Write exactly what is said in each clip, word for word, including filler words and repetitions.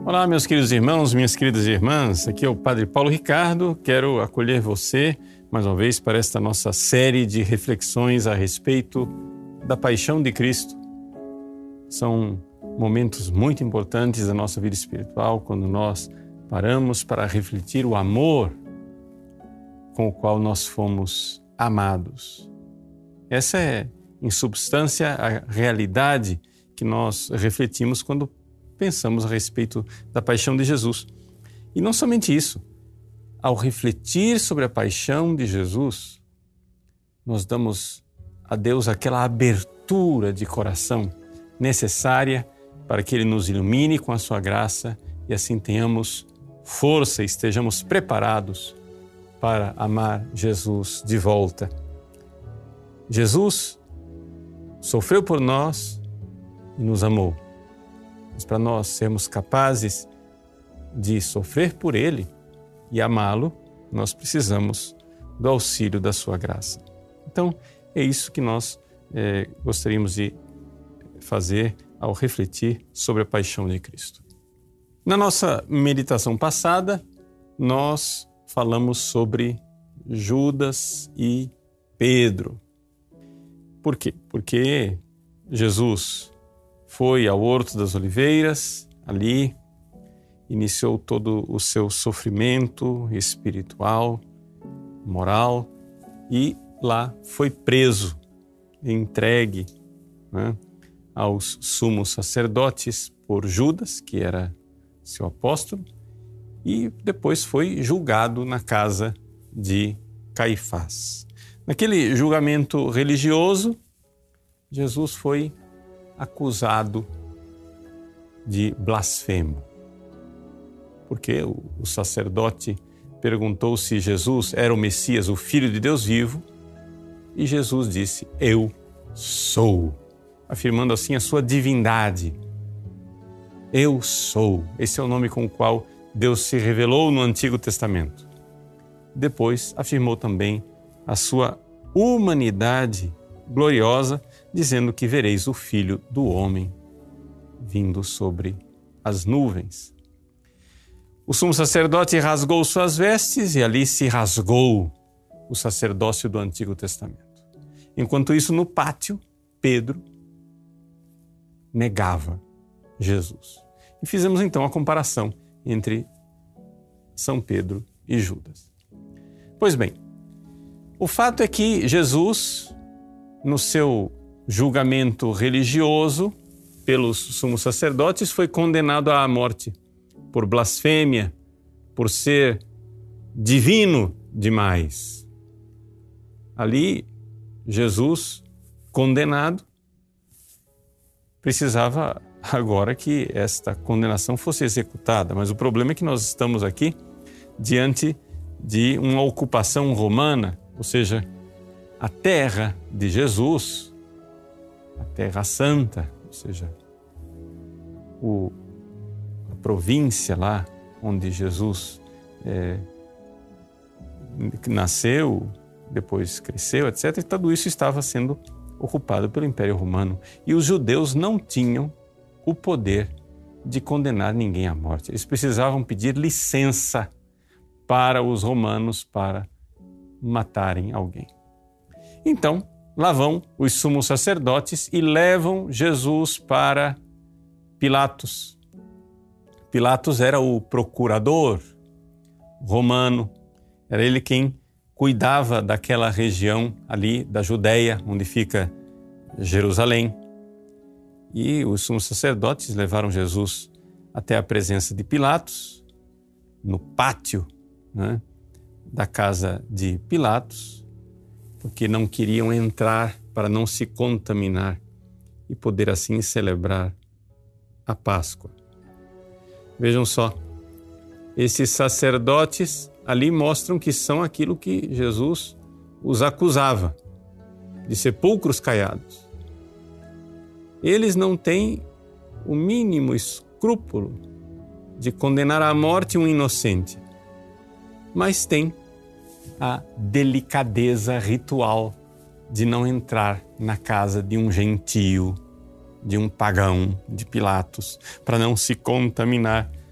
Olá, meus queridos irmãos, minhas queridas irmãs, aqui é o Padre Paulo Ricardo. Quero acolher você mais uma vez para esta nossa série de reflexões a respeito da paixão de Cristo. São momentos muito importantes da nossa vida espiritual, quando nós paramos para refletir o amor com o qual nós fomos amados. Essa é, em substância, a realidade que nós refletimos quando pensamos a respeito da paixão de Jesus. E não somente isso, ao refletir sobre a paixão de Jesus, nós damos a Deus aquela abertura de coração necessária para que Ele nos ilumine com a sua graça e assim tenhamos força e estejamos preparados para amar Jesus de volta. Jesus sofreu por nós e nos amou. Mas para nós sermos capazes de sofrer por Ele e amá-lo, nós precisamos do auxílio da sua graça. Então, é isso que nós é, gostaríamos de fazer ao refletir sobre a paixão de Cristo. Na nossa meditação passada, nós falamos sobre Judas e Pedro. Por quê? Porque Jesus foi ao Horto das Oliveiras, ali iniciou todo o seu sofrimento espiritual, moral, e lá foi preso, entregue, né, aos sumos sacerdotes por Judas, que era seu apóstolo, e depois foi julgado na casa de Caifás. Naquele julgamento religioso, Jesus foi acusado de blasfemo, porque o, o sacerdote perguntou se Jesus era o Messias, o Filho de Deus vivo, e Jesus disse, eu sou, afirmando assim a sua divindade. Eu sou, esse é o nome com o qual Deus se revelou no Antigo Testamento. Depois afirmou também a sua humanidade gloriosa, dizendo que vereis o Filho do Homem vindo sobre as nuvens. O sumo sacerdote rasgou suas vestes e ali se rasgou o sacerdócio do Antigo Testamento. Enquanto isso, no pátio, Pedro negava Jesus. E fizemos então a comparação entre São Pedro e Judas. Pois bem, o fato é que Jesus, no seu julgamento religioso pelos sumos sacerdotes, foi condenado à morte por blasfêmia, por ser divino demais. Ali, Jesus, condenado, precisava agora que esta condenação fosse executada. Mas o problema é que nós estamos aqui diante de uma ocupação romana, ou seja, a terra de Jesus, a terra santa, ou seja, o, a província lá onde Jesus é, nasceu, depois cresceu, etcétera. E tudo isso estava sendo ocupado pelo Império Romano. E os judeus não tinham o poder de condenar ninguém à morte. Eles precisavam pedir licença para os romanos para matarem alguém. Então, lá vão os sumos sacerdotes e levam Jesus para Pilatos. Pilatos era o procurador romano, era ele quem cuidava daquela região ali da Judéia, onde fica Jerusalém. E os sumos sacerdotes levaram Jesus até a presença de Pilatos, no pátio, né, da casa de Pilatos, porque não queriam entrar para não se contaminar e poder assim celebrar a Páscoa. Vejam só, esses sacerdotes ali mostram que são aquilo que Jesus os acusava, de sepulcros caiados. Eles não têm o mínimo escrúpulo de condenar à morte um inocente, mas têm a delicadeza ritual de não entrar na casa de um gentio, de um pagão, de Pilatos, para não se contaminar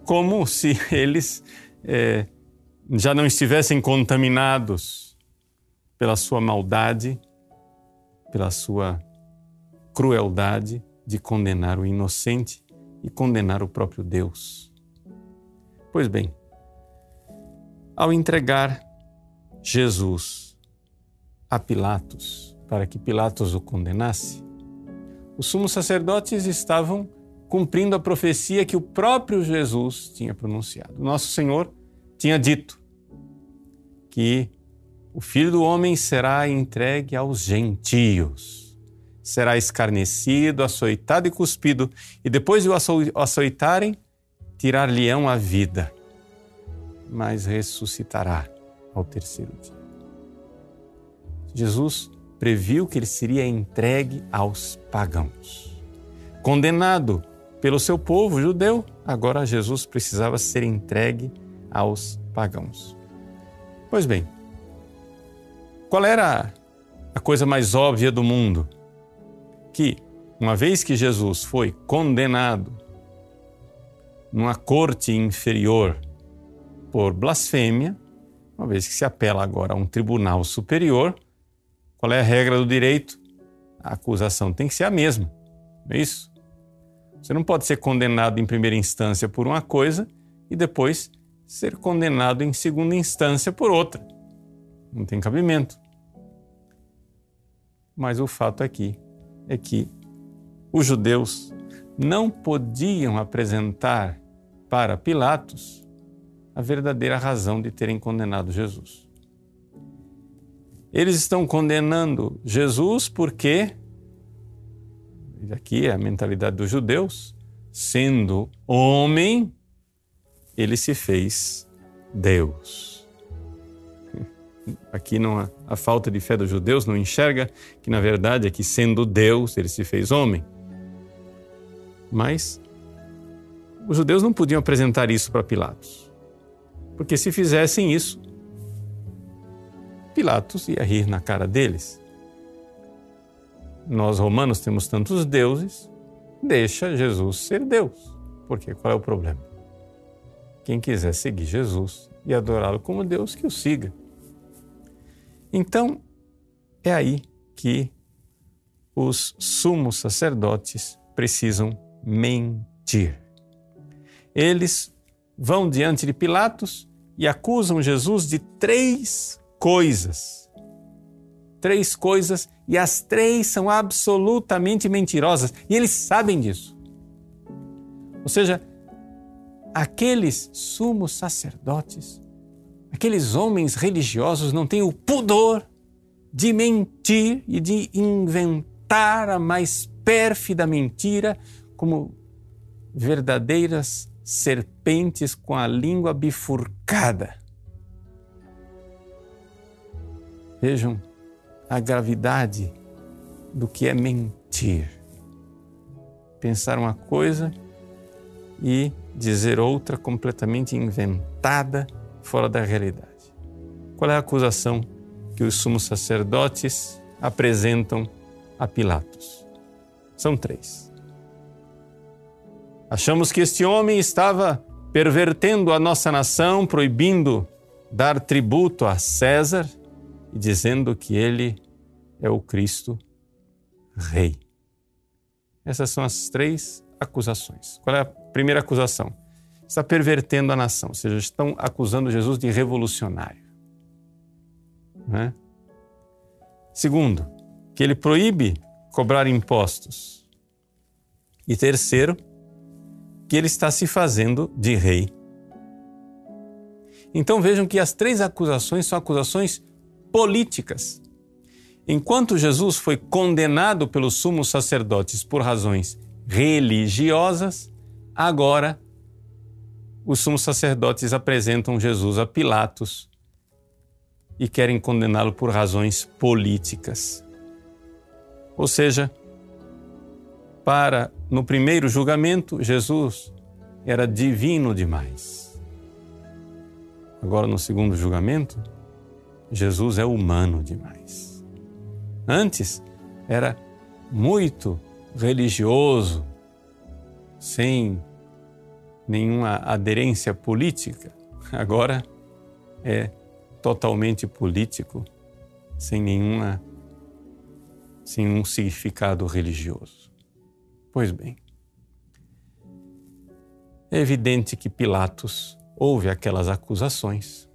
como se eles é, já não estivessem contaminados pela sua maldade, pela sua crueldade de condenar o inocente e condenar o próprio Deus. Pois bem, ao entregar Jesus a Pilatos, para que Pilatos o condenasse, os sumos sacerdotes estavam cumprindo a profecia que o próprio Jesus tinha pronunciado. Nosso Senhor tinha dito que o Filho do Homem será entregue aos gentios, será escarnecido, açoitado e cuspido, e depois de o açoitarem, tirar-lhe-ão a vida, mas ressuscitará ao terceiro dia. Jesus previu que ele seria entregue aos pagãos. Condenado pelo seu povo judeu, agora Jesus precisava ser entregue aos pagãos. Pois bem, qual era a coisa mais óbvia do mundo? Que, uma vez que Jesus foi condenado numa corte inferior por blasfêmia, uma vez que se apela agora a um tribunal superior, qual é a regra do direito? A acusação tem que ser a mesma, não é isso? Você não pode ser condenado em primeira instância por uma coisa e depois ser condenado em segunda instância por outra. Não tem cabimento. Mas o fato aqui é que os judeus não podiam apresentar para Pilatos a verdadeira razão de terem condenado Jesus. Eles estão condenando Jesus porque, aqui é a mentalidade dos judeus, sendo homem, ele se fez Deus. Aqui não há, a falta de fé dos judeus não enxerga que, na verdade, é que sendo Deus, ele se fez homem. Mas os judeus não podiam apresentar isso para Pilatos, porque se fizessem isso, Pilatos ia rir na cara deles. Nós romanos temos tantos deuses, deixa Jesus ser Deus. Porque qual é o problema? Quem quiser seguir Jesus e adorá-lo como Deus, que o siga. Então, é aí que os sumos sacerdotes precisam mentir. Eles vão diante de Pilatos e acusam Jesus de três coisas. Três coisas, e as três são absolutamente mentirosas. E eles sabem disso. Ou seja, aqueles sumos sacerdotes, aqueles homens religiosos não têm o pudor de mentir e de inventar a mais pérfida mentira como verdadeiras serpentes com a língua bifurcada. Vejam a gravidade do que é mentir. Pensar uma coisa e dizer outra completamente inventada, fora da realidade. Qual é a acusação que os sumos sacerdotes apresentam a Pilatos? São três. Achamos que este homem estava pervertendo a nossa nação, proibindo dar tributo a César e dizendo que ele é o Cristo Rei. Essas são as três acusações. Qual é a primeira acusação? Está pervertendo a nação, ou seja, estão acusando Jesus de revolucionário. Não é? Segundo, que ele proíbe cobrar impostos. E terceiro, que ele está se fazendo de rei. Então vejam que as três acusações são acusações políticas. Enquanto Jesus foi condenado pelos sumos sacerdotes por razões religiosas, agora os sumos sacerdotes apresentam Jesus a Pilatos e querem condená-lo por razões políticas. Ou seja, para no primeiro julgamento, Jesus era divino demais. Agora, no segundo julgamento, Jesus é humano demais. Antes, era muito religioso, sem nenhuma aderência política, agora é totalmente político, sem nenhuma, sem um significado religioso. Pois bem, é evidente que Pilatos ouve aquelas acusações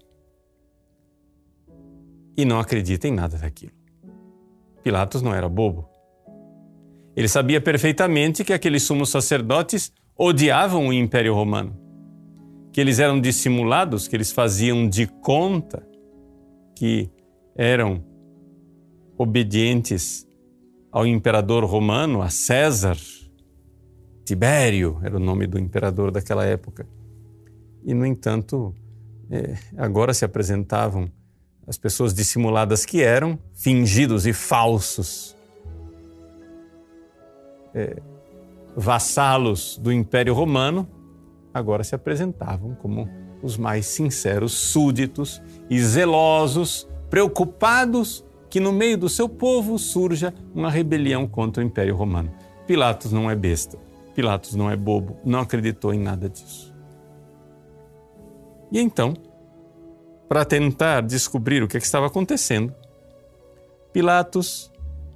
e não acredita em nada daquilo. Pilatos não era bobo. Ele sabia perfeitamente que aqueles sumos sacerdotes odiavam o Império Romano, que eles eram dissimulados, que eles faziam de conta que eram obedientes ao imperador romano, a César. Tibério era o nome do imperador daquela época. E, no entanto, é, agora se apresentavam as pessoas dissimuladas que eram, fingidos e falsos, é, vassalos do Império Romano, agora se apresentavam como os mais sinceros súditos e zelosos, preocupados que no meio do seu povo surja uma rebelião contra o Império Romano. Pilatos não é besta, Pilatos não é bobo, não acreditou em nada disso. E então, para tentar descobrir o que estava acontecendo, Pilatos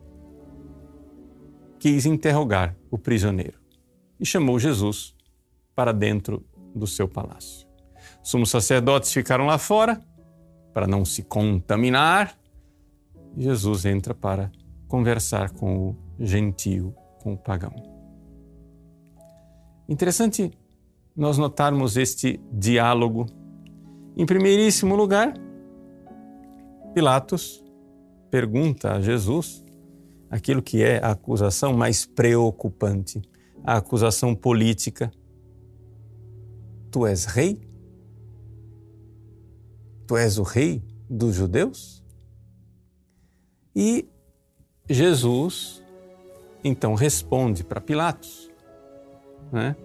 quis interrogar o prisioneiro e chamou Jesus para dentro do seu palácio. Os sumos sacerdotes ficaram lá fora para não se contaminar. Jesus entra para conversar com o gentio, com o pagão. Interessante nós notarmos este diálogo. Em primeiríssimo lugar, Pilatos pergunta a Jesus aquilo que é a acusação mais preocupante, a acusação política. Tu és rei? Tu és o rei dos judeus? E Jesus, então, responde para Pilatos, né?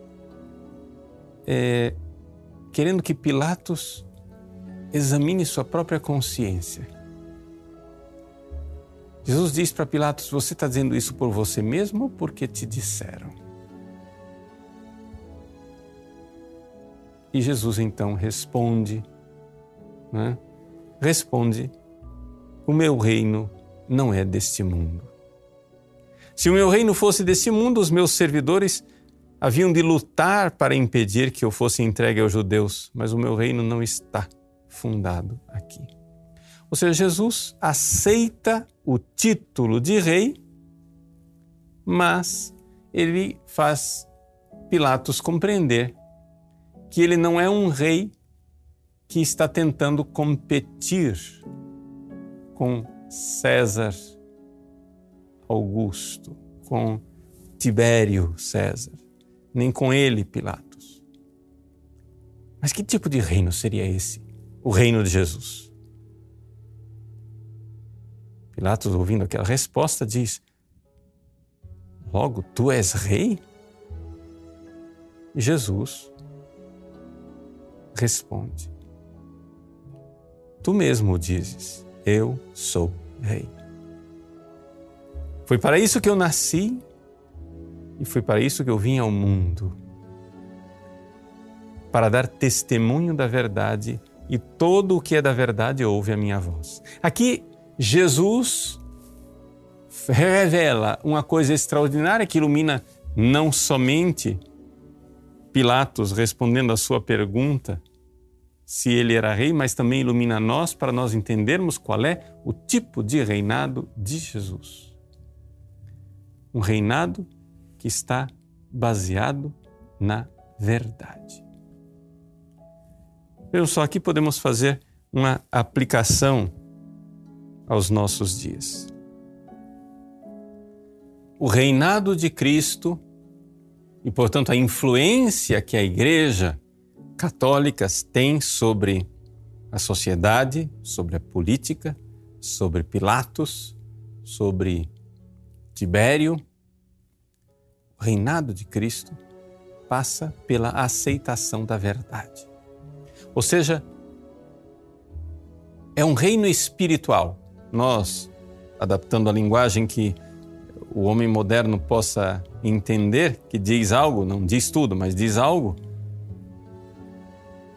É, querendo que Pilatos examine sua própria consciência. Jesus diz para Pilatos: você está dizendo isso por você mesmo ou porque te disseram? E Jesus então responde, né? Responde: o meu reino não é deste mundo. Se o meu reino fosse deste mundo, os meus servidores haviam de lutar para impedir que eu fosse entregue aos judeus, mas o meu reino não está fundado aqui. Ou seja, Jesus aceita o título de rei, mas ele faz Pilatos compreender que ele não é um rei que está tentando competir com César Augusto, com Tibério César, nem com ele, Pilatos. Mas que tipo de reino seria esse? O reino de Jesus. Pilatos, ouvindo aquela resposta, diz: logo, tu és rei? E Jesus responde: tu mesmo o dizes, eu sou rei. Foi para isso que eu nasci e foi para isso que eu vim ao mundo, para dar testemunho da verdade, e todo o que é da verdade ouve a minha voz. Aqui, Jesus revela uma coisa extraordinária que ilumina não somente Pilatos respondendo a sua pergunta se ele era rei, mas também ilumina nós para nós entendermos qual é o tipo de reinado de Jesus. Um reinado que está baseado na verdade. Vejam só, aqui podemos fazer uma aplicação aos nossos dias. O reinado de Cristo e, portanto, a influência que a Igreja Católica tem sobre a sociedade, sobre a política, sobre Pilatos, sobre Tibério. O reinado de Cristo passa pela aceitação da verdade. Ou seja, é um reino espiritual. Nós, adaptando a linguagem que o homem moderno possa entender, que diz algo, não diz tudo, mas diz algo,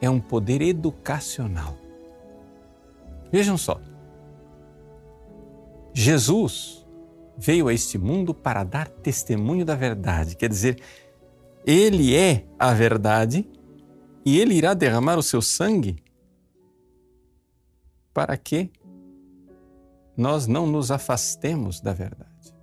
é um poder educacional. Vejam só, Jesus veio a este mundo para dar testemunho da verdade, quer dizer, Ele é a verdade e Ele irá derramar o seu sangue para que nós não nos afastemos da verdade.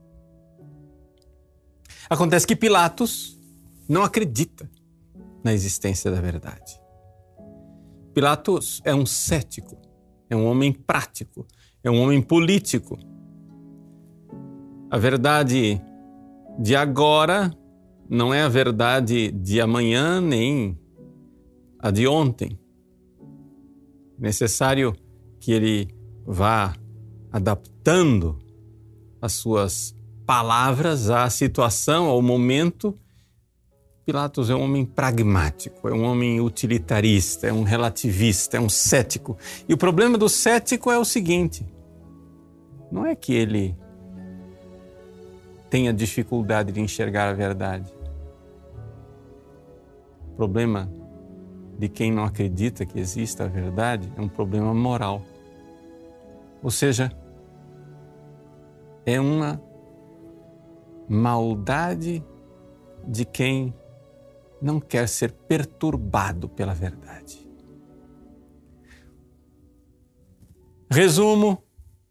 Acontece que Pilatos não acredita na existência da verdade. Pilatos é um cético, é um homem prático, é um homem político. A verdade de agora não é a verdade de amanhã nem a de ontem. É necessário que ele vá adaptando as suas palavras à situação, ao momento. Pilatos é um homem pragmático, é um homem utilitarista, é um relativista, é um cético. E o problema do cético é o seguinte: não é que ele tenha dificuldade de enxergar a verdade. O problema de quem não acredita que exista a verdade é um problema moral. Ou seja, é uma maldade de quem não quer ser perturbado pela verdade. Resumo: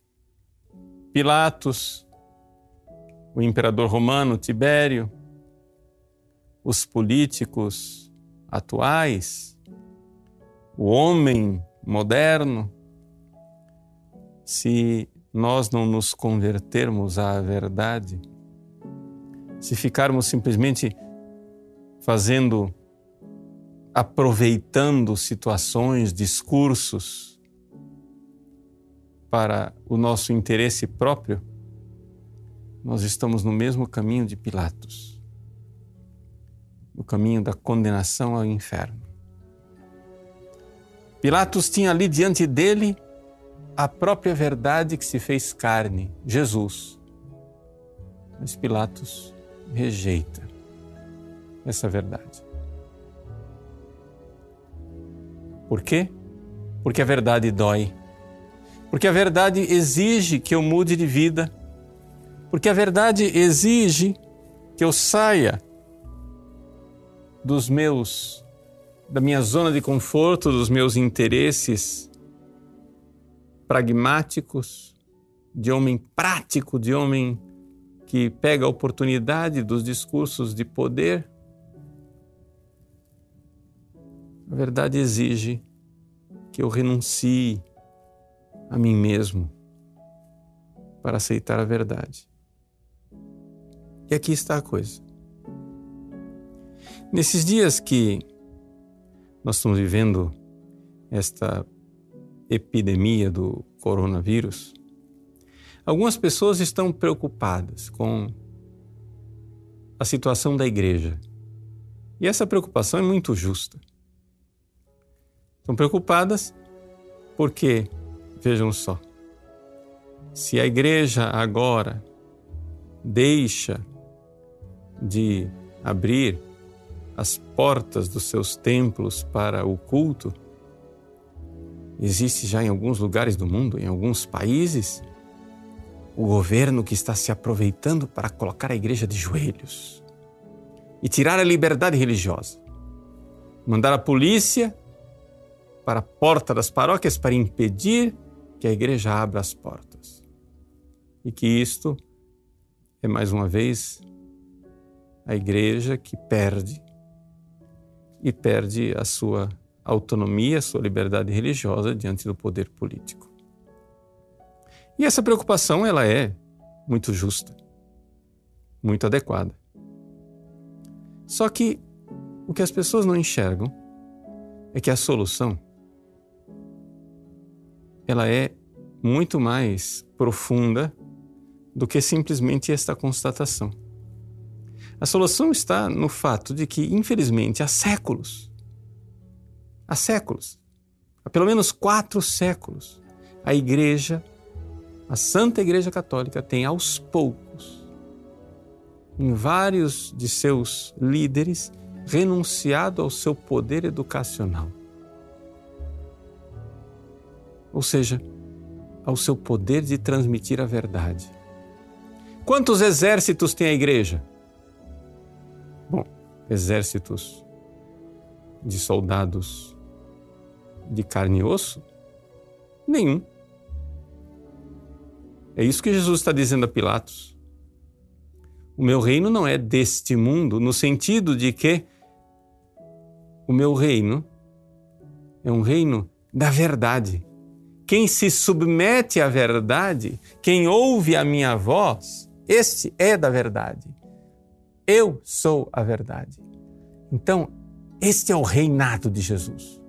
Pilatos, o imperador romano Tibério, os políticos atuais, o homem moderno, se nós não nos convertermos à verdade, se ficarmos simplesmente fazendo, aproveitando situações, discursos para o nosso interesse próprio, nós estamos no mesmo caminho de Pilatos, no caminho da condenação ao inferno. Pilatos tinha ali diante dele a própria verdade que se fez carne, Jesus. Mas Pilatos rejeita essa verdade. Por quê? Porque a verdade dói. Porque a verdade exige que eu mude de vida. Porque a verdade exige que eu saia dos meus, da minha zona de conforto, dos meus interesses pragmáticos, de homem prático, de homem que pega a oportunidade dos discursos de poder. A verdade exige que eu renuncie a mim mesmo para aceitar a verdade. E aqui está a coisa. Nesses dias que nós estamos vivendo esta epidemia do coronavírus, algumas pessoas estão preocupadas com a situação da igreja. E essa preocupação é muito justa. Estão preocupadas porque, vejam só, se a igreja agora deixa de abrir as portas dos seus templos para o culto, existe já em alguns lugares do mundo, em alguns países, o governo que está se aproveitando para colocar a igreja de joelhos e tirar a liberdade religiosa. Mandar a polícia para a porta das paróquias para impedir que a igreja abra as portas. E que isto é, mais uma vez, a igreja que perde e perde a sua autonomia, a sua liberdade religiosa diante do poder político. E essa preocupação, ela é muito justa, muito adequada. Só que o que as pessoas não enxergam é que a solução, ela é muito mais profunda do que simplesmente esta constatação. A solução está no fato de que, infelizmente, há séculos, há séculos, há pelo menos quatro séculos, a Igreja, a Santa Igreja Católica, tem aos poucos, em vários de seus líderes, renunciado ao seu poder educacional. ou seja, ao seu poder de transmitir a verdade. Quantos exércitos tem a igreja? Bom, exércitos de soldados de carne e osso? Nenhum. É isso que Jesus está dizendo a Pilatos. O meu reino não é deste mundo, no sentido de que o meu reino é um reino da verdade. Quem se submete à verdade, quem ouve a minha voz, este é da verdade. Eu sou a verdade. Então, este é o reinado de Jesus.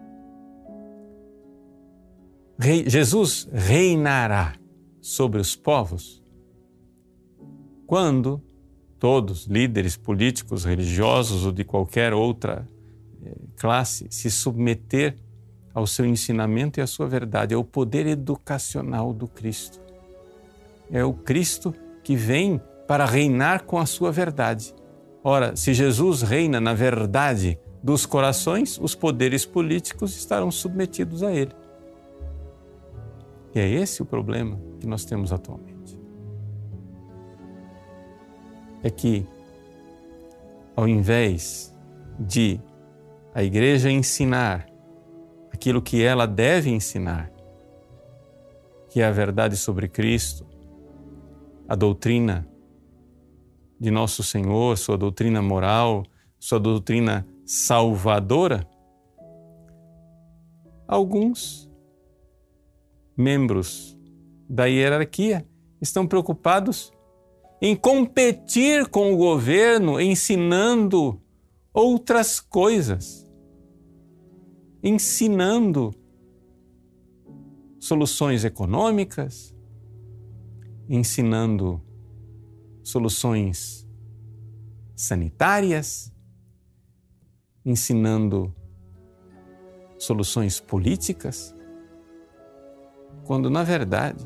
Rei, Jesus reinará sobre os povos quando todos, líderes políticos, religiosos ou de qualquer outra eh, classe, se submeter ao seu ensinamento e à sua verdade. É o poder educacional do Cristo. É o Cristo que vem para reinar com a sua verdade. Ora, se Jesus reina na verdade dos corações, os poderes políticos estarão submetidos a ele. E é esse o problema que nós temos atualmente. É que, ao invés de a igreja ensinar aquilo que ela deve ensinar, que é a verdade sobre Cristo, a doutrina de nosso Senhor, sua doutrina moral, sua doutrina salvadora, alguns membros da hierarquia estão preocupados em competir com o governo, ensinando outras coisas, ensinando soluções econômicas, ensinando soluções sanitárias, ensinando soluções políticas, quando, na verdade,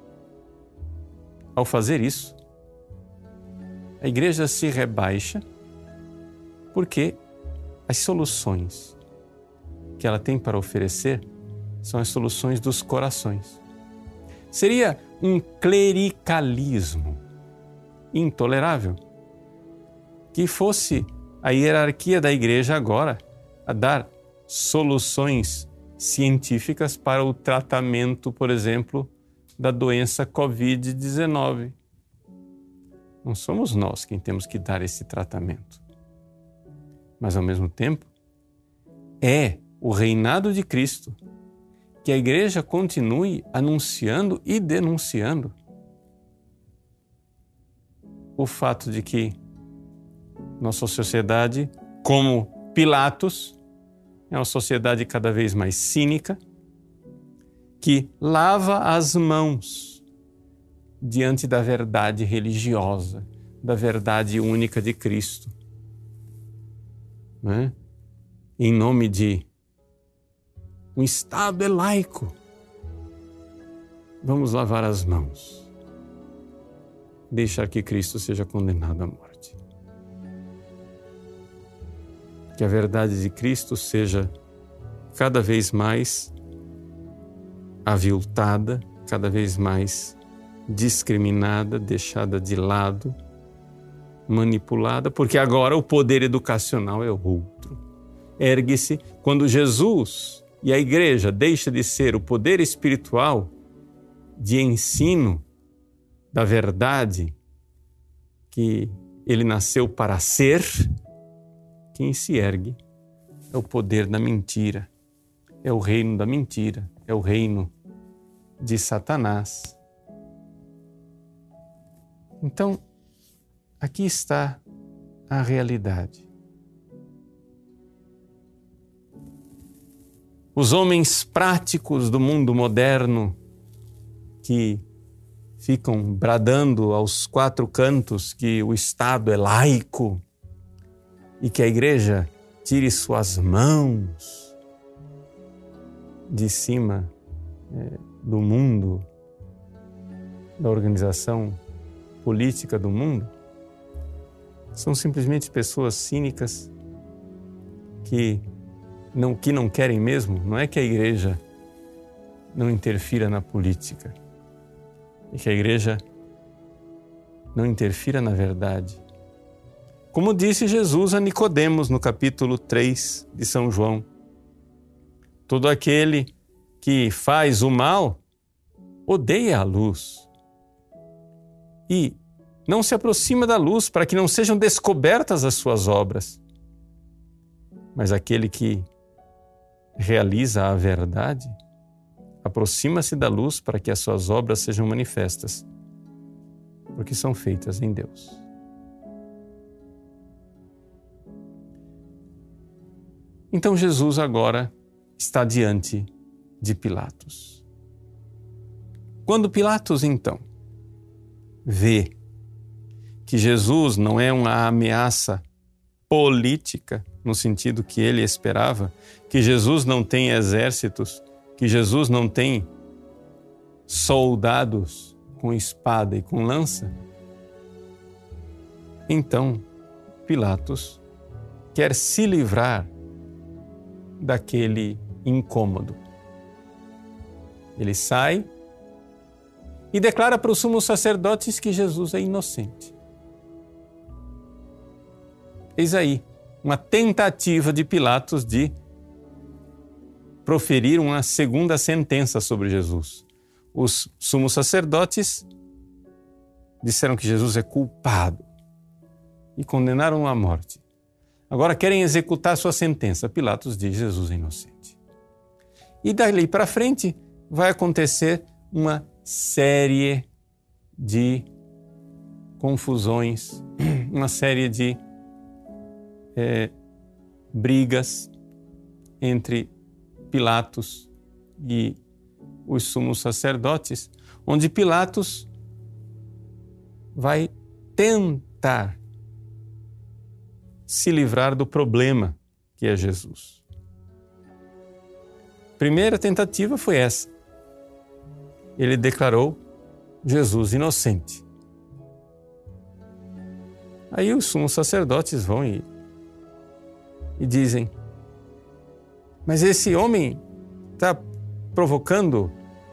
ao fazer isso, a igreja se rebaixa porque as soluções que ela tem para oferecer são as soluções dos corações. Seria um clericalismo intolerável que fosse a hierarquia da igreja agora a dar soluções científicas para o tratamento, por exemplo, da doença covid dezenove. Não somos nós quem temos que dar esse tratamento. Mas, ao mesmo tempo, é o reinado de Cristo que a igreja continue anunciando e denunciando o fato de que nossa sociedade, como Pilatos, é uma sociedade cada vez mais cínica, que lava as mãos diante da verdade religiosa, da verdade única de Cristo. Né? Em nome de um Estado é laico, vamos lavar as mãos, deixar que Cristo seja condenado à morte. Que a verdade de Cristo seja cada vez mais aviltada, cada vez mais discriminada, deixada de lado, manipulada, porque agora o poder educacional é outro. Ergue-se quando Jesus e a igreja deixa de ser o poder espiritual de ensino da verdade que ele nasceu para ser. Quem se ergue é o poder da mentira, é o reino da mentira, é o reino de Satanás. Então, aqui está a realidade. Os homens práticos do mundo moderno que ficam bradando aos quatro cantos que o Estado é laico, e que a igreja tire suas mãos de cima é, do mundo, da organização política do mundo, são simplesmente pessoas cínicas que não, que não querem mesmo. Não é que a igreja não interfira na política e que a igreja não interfira na verdade. Como disse Jesus a Nicodemos no capítulo três de São João, todo aquele que faz o mal odeia a luz e não se aproxima da luz para que não sejam descobertas as suas obras. Mas aquele que realiza a verdade aproxima-se da luz para que as suas obras sejam manifestas, porque são feitas em Deus. Então Jesus agora está diante de Pilatos. Quando Pilatos, então, vê que Jesus não é uma ameaça política, no sentido que ele esperava, que Jesus não tem exércitos, que Jesus não tem soldados com espada e com lança, então Pilatos quer se livrar daquele incômodo. Ele sai e declara para os sumos sacerdotes que Jesus é inocente. Eis aí uma tentativa de Pilatos de proferir uma segunda sentença sobre Jesus. Os sumos sacerdotes disseram que Jesus é culpado e condenaram-o à morte. Agora querem executar sua sentença. Pilatos diz: Jesus é inocente. E dali para frente vai acontecer uma série de confusões, uma série de é, brigas entre Pilatos e os sumos sacerdotes, onde Pilatos vai tentar se livrar do problema que é Jesus. Primeira tentativa foi essa. Ele declarou Jesus inocente. Aí os sumos sacerdotes vão e, e dizem: mas esse homem está provocando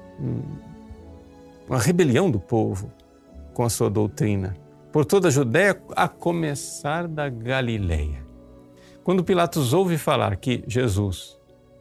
uma rebelião do povo com a sua doutrina por toda a Judéia, a começar da Galileia. Quando Pilatos ouve falar que Jesus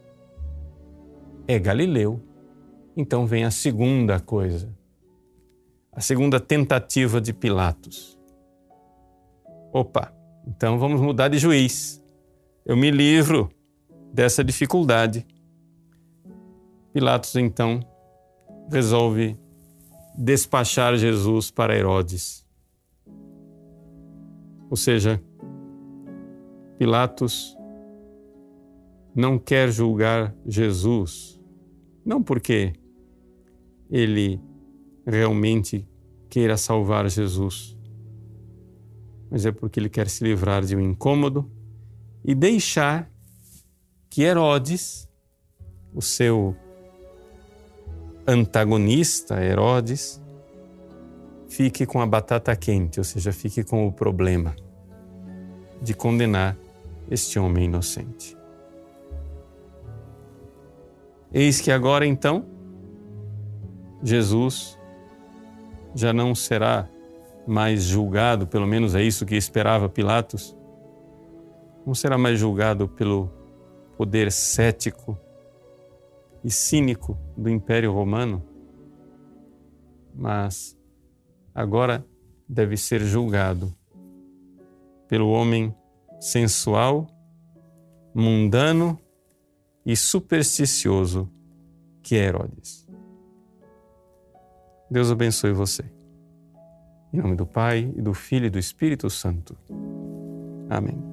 é galileu, então vem a segunda coisa, a segunda tentativa de Pilatos. Opa, então vamos mudar de juiz. Eu me livro dessa dificuldade. Pilatos, então, resolve despachar Jesus para Herodes. Ou seja, Pilatos não quer julgar Jesus, não porque ele realmente queira salvar Jesus, mas é porque ele quer se livrar de um incômodo e deixar que Herodes, o seu antagonista Herodes, fique com a batata quente, ou seja, fique com o problema de condenar este homem inocente. Eis que agora, então, Jesus já não será mais julgado, pelo menos é isso que esperava Pilatos, não será mais julgado pelo poder cético e cínico do Império Romano, mas agora deve ser julgado pelo homem sensual, mundano e supersticioso que é Herodes. Deus abençoe você. Em nome do Pai, e do Filho e do Espírito Santo. Amém.